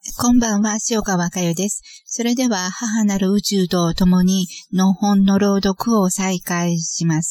こんばんは、塩川佳代です。それでは、母なる宇宙と共にの本の朗読を再開します。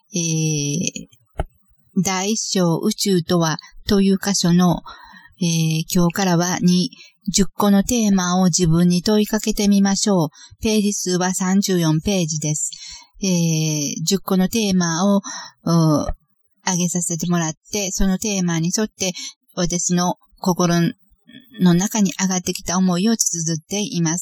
第一章宇宙とはという箇所の、今日からは10個のテーマを自分に問いかけてみましょう。ページ数は34ページです。10個のテーマを挙げさせてもらって、そのテーマに沿って私の心の中に上がってきた思いを綴っています。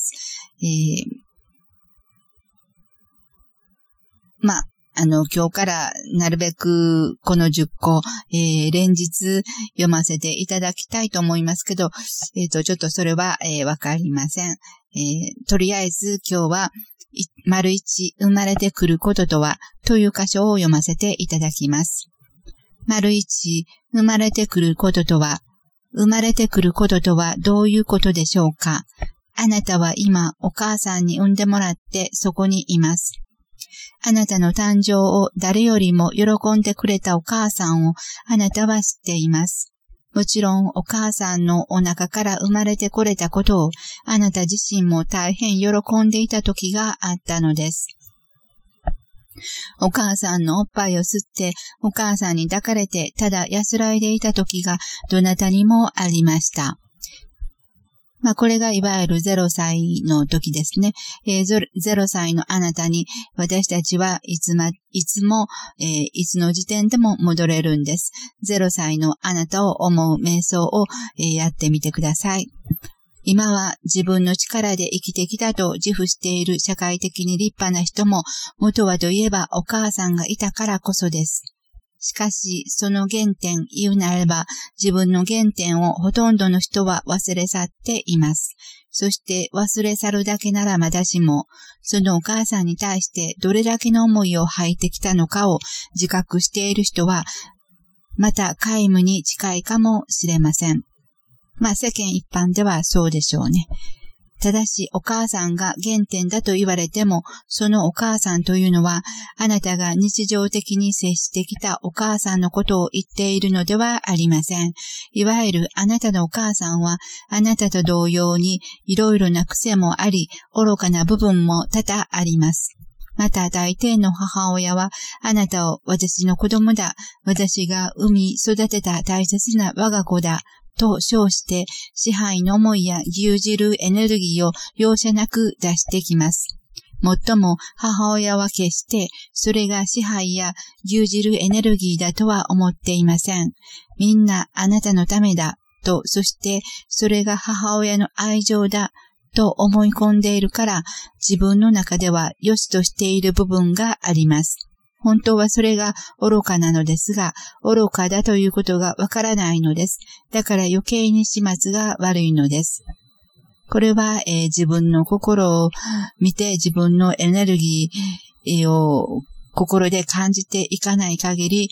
今日からなるべくこの10個、連日読ませていただきたいと思いますけど、ちょっとそれは、わかりません。とりあえず今日は、丸1、生まれてくることとは、という箇所を読ませていただきます。丸1、生まれてくることとは、生まれてくることとはどういうことでしょうか。あなたは今お母さんに産んでもらってそこにいます。あなたの誕生を誰よりも喜んでくれたお母さんをあなたは知っています。もちろんお母さんのお腹から生まれてこれたことをあなた自身も大変喜んでいた時があったのです。お母さんのおっぱいを吸ってお母さんに抱かれてただ安らいでいた時がどなたにもありました。これがいわゆる0歳の時ですね。0歳のあなたに私たちはいつも、いつの時点でも戻れるんです。0歳のあなたを思う瞑想をやってみてください。今は自分の力で生きてきたと自負している社会的に立派な人も元はといえばお母さんがいたからこそです。しかし、その原点言うなれば、自分の原点をほとんどの人は忘れ去っています。そして忘れ去るだけならまだしも、そのお母さんに対してどれだけの思いを吐いてきたのかを自覚している人は、また皆無に近いかもしれません。世間一般ではそうでしょうね。ただしお母さんが原点だと言われても、そのお母さんというのは、あなたが日常的に接してきたお母さんのことを言っているのではありません。いわゆるあなたのお母さんは、あなたと同様にいろいろな癖もあり、愚かな部分も多々あります。また大抵の母親は、あなたを私の子供だ、私が産み育てた大切な我が子だ、と称して支配の思いや牛耳るエネルギーを容赦なく出してきます。もっとも母親は決してそれが支配や牛耳るエネルギーだとは思っていません。みんなあなたのためだと、そしてそれが母親の愛情だと思い込んでいるから自分の中では良しとしている部分があります。本当はそれが愚かなのですが、愚かだということがわからないのです。だから余計に始末が悪いのです。これは、自分の心を見て自分のエネルギーを心で感じていかない限り、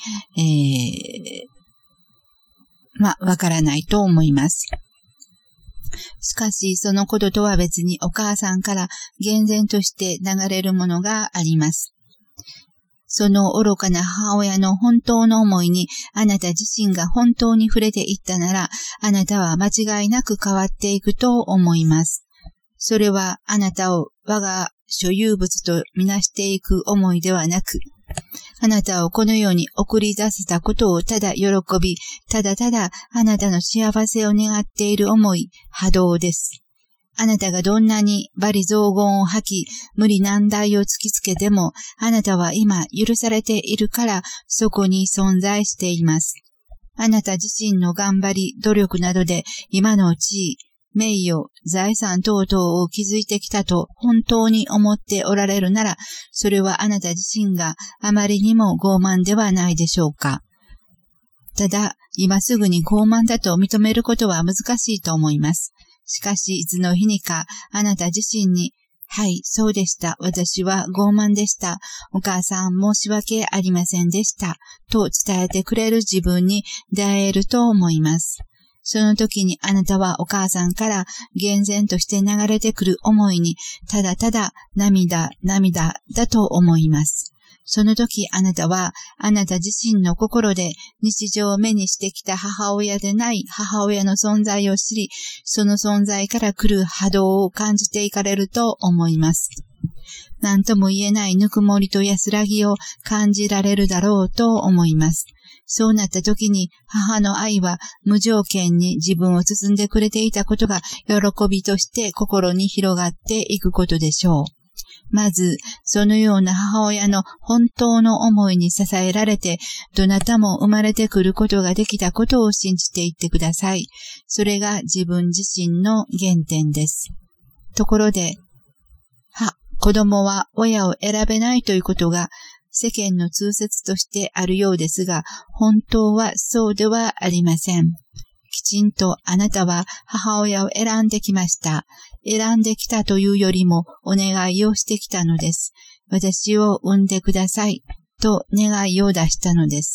わからないと思います。しかし、そのこととは別にお母さんから厳然として流れるものがあります。その愚かな母親の本当の思いにあなた自身が本当に触れていったなら、あなたは間違いなく変わっていくと思います。それはあなたを我が所有物とみなしていく思いではなく、あなたをこの世に送り出せたことをただ喜び、ただただあなたの幸せを願っている思い、波動です。あなたがどんなに罵詈雑言を吐き、無理難題を突きつけても、あなたは今許されているから、そこに存在しています。あなた自身の頑張り、努力などで、今の地位、名誉、財産等々を築いてきたと本当に思っておられるなら、それはあなた自身があまりにも傲慢ではないでしょうか。ただ、今すぐに傲慢だと認めることは難しいと思います。しかし、いつの日にか、あなた自身に、はい、そうでした。私は傲慢でした。お母さん、申し訳ありませんでした。と伝えてくれる自分に出会えると思います。その時にあなたはお母さんから厳然として流れてくる思いに、ただただ涙だと思います。 その時あなたはあなた自身の心で日常目にしてきた母親でない母親の存在を知り、その存在から来る波動を感じていかれると思います。何とも言えないぬくもりと安らぎを感じられるだろうと思います。そうなった時に母の愛は無条件に自分を包んでくれていたことが喜びとして心に広がっていくことでしょう。まず、そのような母親の本当の思いに支えられて、どなたも生まれてくることができたことを信じていってください。それが自分自身の原点です。ところで、子供は親を選べないということが世間の通説としてあるようですが、本当はそうではありません。きちんとあなたは母親を選んできました。選んできたというよりもお願いをしてきたのです。私を産んでくださいと願いを出したのです。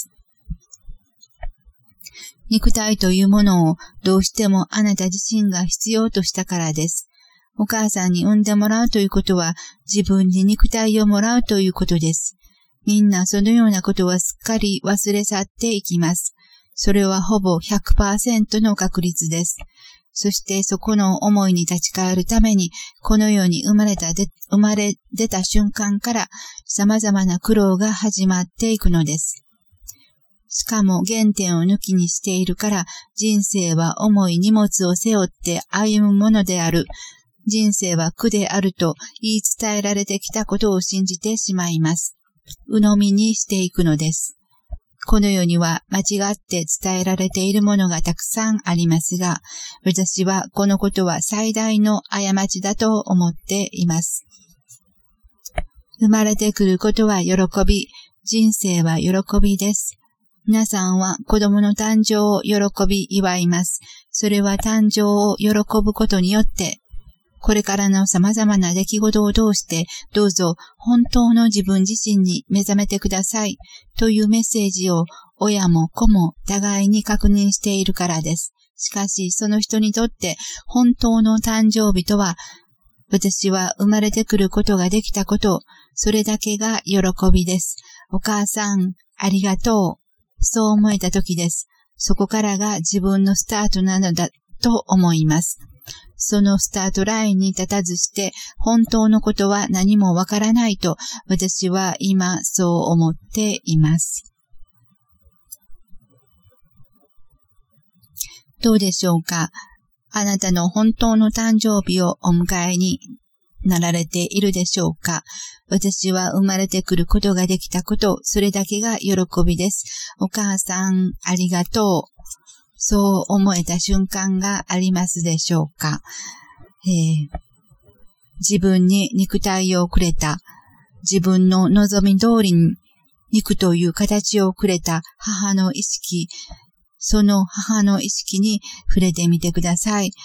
肉体というものをどうしてもあなた自身が必要としたからです。お母さんに産んでもらうということは自分に肉体をもらうということです。みんなそのようなことはすっかり忘れ去っていきます。それはほぼ 100% の確率です。そしてそこの思いに立ち返るために、この世に生まれ出た瞬間から様々な苦労が始まっていくのです。しかも原点を抜きにしているから、人生は重い荷物を背負って歩むものである。人生は苦であると言い伝えられてきたことを信じてしまいます。鵜呑みにしていくのです。この世には間違って伝えられているものがたくさんありますが、私はこのことは最大の過ちだと思っています。生まれてくることは喜び、人生は喜びです。皆さんは子供の誕生を喜び祝います。それは誕生を喜ぶことによって、これからの様々な出来事を通して、どうぞ本当の自分自身に目覚めてくださいというメッセージを親も子も互いに確認しているからです。しかしその人にとって本当の誕生日とは、私は生まれてくることができたこと、それだけが喜びです。お母さん、ありがとう。そう思えた時です。そこからが自分のスタートなのだと思います。そのスタートラインに立たずして本当のことは何もわからないと私は今そう思っています。どうでしょうか？あなたの本当の誕生日をお迎えになられているでしょうか？私は生まれてくることができたこと、それだけが喜びです。お母さん、ありがとう。そう思えた瞬間がありますでしょうか？自分に肉体をくれた、自分の望み通りに肉という形をくれた母の意識、その母の意識に触れてみてください。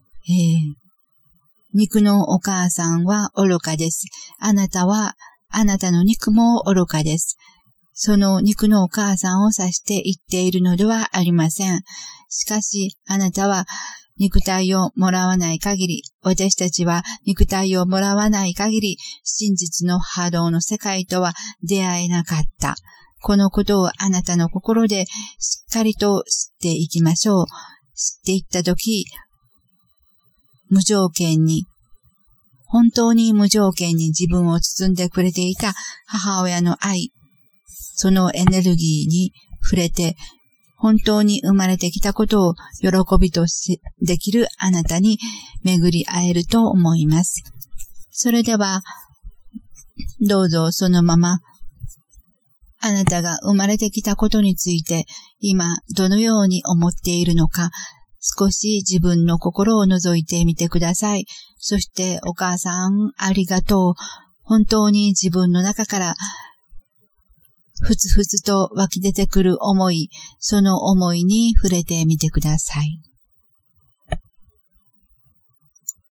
肉のお母さんは愚かです。あなたの肉も愚かです。その肉のお母さんを指して言っているのではありません。しかし、あなたは肉体をもらわない限り、私たちは肉体をもらわない限り、真実の波動の世界とは出会えなかった。このことをあなたの心でしっかりと知っていきましょう。知っていったとき、無条件に、本当に無条件に自分を包んでくれていた母親の愛、そのエネルギーに触れて、本当に生まれてきたことを喜びとできるあなたに巡り会えると思います。それでは、どうぞそのまま、あなたが生まれてきたことについて、今どのように思っているのか、少し自分の心を覗いてみてください。そして、お母さん、ありがとう。本当に自分の中から、ふつふつと湧き出てくる思い、その思いに触れてみてください。